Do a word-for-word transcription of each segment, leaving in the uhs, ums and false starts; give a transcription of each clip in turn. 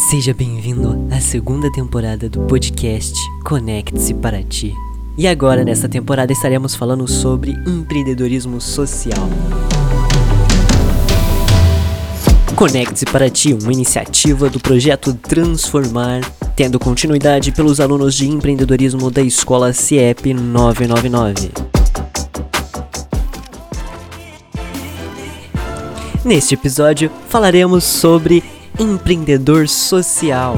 Seja bem-vindo à segunda temporada do podcast Conecte-se para Ti. E agora, nessa temporada, estaremos falando sobre empreendedorismo social. Conecte-se para Ti, uma iniciativa do projeto Transformar, tendo continuidade pelos alunos de empreendedorismo da Escola C I E P novecentos e noventa e nove. Neste episódio, falaremos sobre empreendedor social.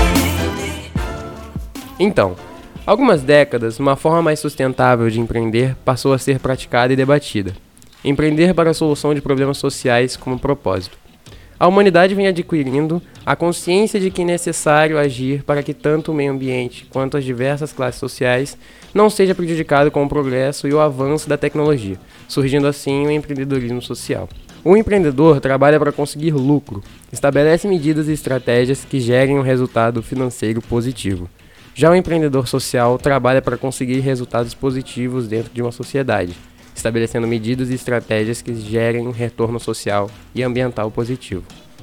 Então, há algumas décadas, uma forma mais sustentável de empreender passou a ser praticada e debatida. Empreender para a solução de problemas sociais como propósito. A humanidade vem adquirindo a consciência de que é necessário agir para que tanto o meio ambiente quanto as diversas classes sociais não seja prejudicado com o progresso e o avanço da tecnologia, surgindo assim o empreendedorismo social. O empreendedor trabalha para conseguir lucro, estabelece medidas e estratégias que gerem um resultado financeiro positivo. Já o empreendedor social trabalha para conseguir resultados positivos dentro de uma sociedade, estabelecendo medidas e estratégias que gerem um retorno social e ambiental positivo.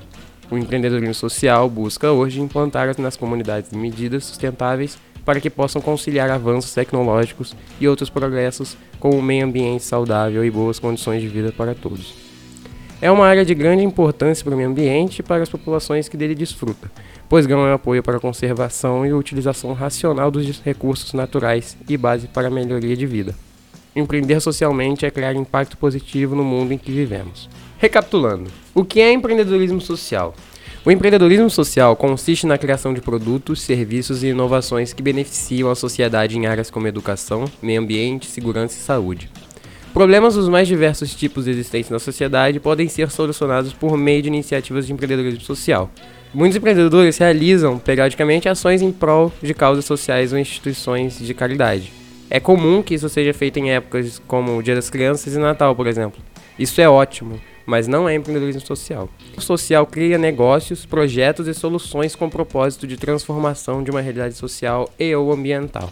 O empreendedorismo social busca hoje implantar nas comunidades medidas sustentáveis para que possam conciliar avanços tecnológicos e outros progressos com um meio ambiente saudável e boas condições de vida para todos. É uma área de grande importância para o meio ambiente e para as populações que dele desfrutam, pois ganham apoio para a conservação e utilização racional dos recursos naturais e base para a melhoria de vida. Empreender socialmente é criar impacto positivo no mundo em que vivemos. Recapitulando, o que é empreendedorismo social? O empreendedorismo social consiste na criação de produtos, serviços e inovações que beneficiam a sociedade em áreas como educação, meio ambiente, segurança e saúde. Problemas dos mais diversos tipos existentes na sociedade podem ser solucionados por meio de iniciativas de empreendedorismo social. Muitos empreendedores realizam, periodicamente, ações em prol de causas sociais ou instituições de caridade. É comum que isso seja feito em épocas como o Dia das Crianças e Natal, por exemplo. Isso é ótimo, mas não é empreendedorismo social. O social cria negócios, projetos e soluções com o propósito de transformação de uma realidade social e ou ambiental.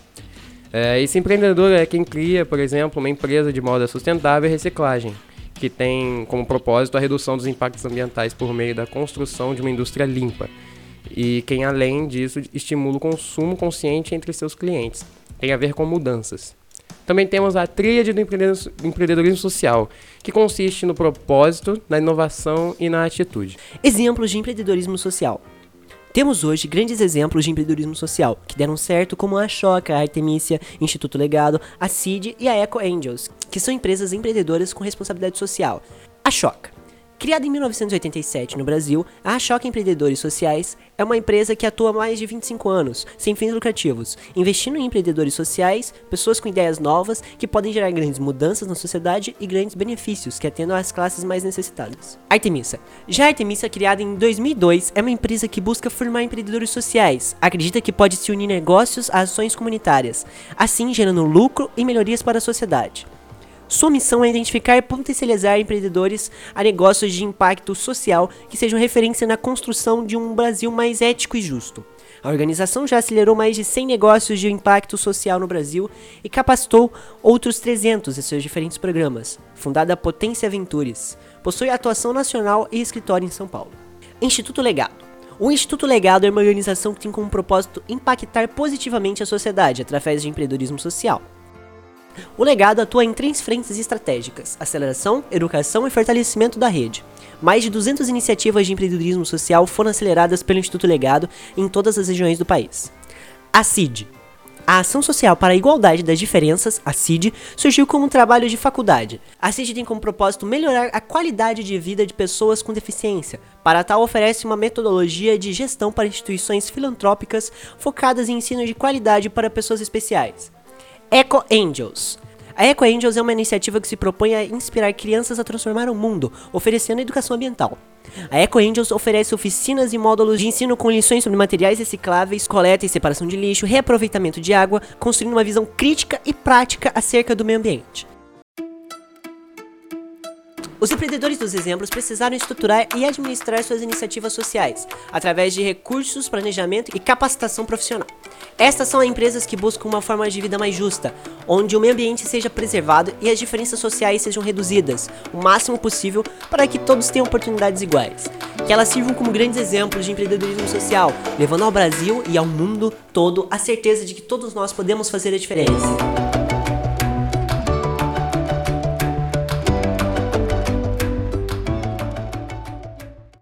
É, esse empreendedor é quem cria, por exemplo, uma empresa de moda sustentável e reciclagem, que tem como propósito a redução dos impactos ambientais por meio da construção de uma indústria limpa. E quem, além disso, estimula o consumo consciente entre seus clientes. Tem a ver com mudanças. Também temos a tríade do empreendedorismo social, que consiste no propósito, na inovação e na atitude. Exemplos de empreendedorismo social. Temos hoje grandes exemplos de empreendedorismo social que deram certo, como a Choca, a Artemisia, Instituto Legado, a C I D e a Eco Angels, que são empresas empreendedoras com responsabilidade social. A Choca. Criada em mil novecentos e oitenta e sete no Brasil, a Choca Empreendedores Sociais é uma empresa que atua há mais de vinte e cinco anos, sem fins lucrativos, investindo em empreendedores sociais, pessoas com ideias novas que podem gerar grandes mudanças na sociedade e grandes benefícios que atendam às classes mais necessitadas. Artemisia. Já a Artemisia, criada em dois mil e dois, é uma empresa que busca formar empreendedores sociais, acredita que pode se unir negócios a ações comunitárias, assim gerando lucro e melhorias para a sociedade. Sua missão é identificar e potencializar empreendedores a negócios de impacto social que sejam referência na construção de um Brasil mais ético e justo. A organização já acelerou mais de cem negócios de impacto social no Brasil e capacitou outros trezentos em seus diferentes programas. Fundada Potência Ventures, possui atuação nacional e escritório em São Paulo. Instituto Legado. O Instituto Legado é uma organização que tem como propósito impactar positivamente a sociedade através de empreendedorismo social. O Legado atua em três frentes estratégicas: aceleração, educação e fortalecimento da rede. Mais de duzentas iniciativas de empreendedorismo social foram aceleradas pelo Instituto Legado em todas as regiões do país. A C I D. A Ação Social para a Igualdade das Diferenças, a C I D, surgiu como um trabalho de faculdade. A C I D tem como propósito melhorar a qualidade de vida de pessoas com deficiência. Para tal, oferece uma metodologia de gestão para instituições filantrópicas focadas em ensino de qualidade para pessoas especiais. Eco Angels. A Eco Angels é uma iniciativa que se propõe a inspirar crianças a transformar o mundo, oferecendo educação ambiental. A Eco Angels oferece oficinas e módulos de ensino com lições sobre materiais recicláveis, coleta e separação de lixo, reaproveitamento de água, construindo uma visão crítica e prática acerca do meio ambiente. Os empreendedores dos exemplos precisaram estruturar e administrar suas iniciativas sociais, através de recursos, planejamento e capacitação profissional. Estas são as empresas que buscam uma forma de vida mais justa, onde o meio ambiente seja preservado e as diferenças sociais sejam reduzidas o máximo possível para que todos tenham oportunidades iguais. Que elas sirvam como grandes exemplos de empreendedorismo social, levando ao Brasil e ao mundo todo a certeza de que todos nós podemos fazer a diferença.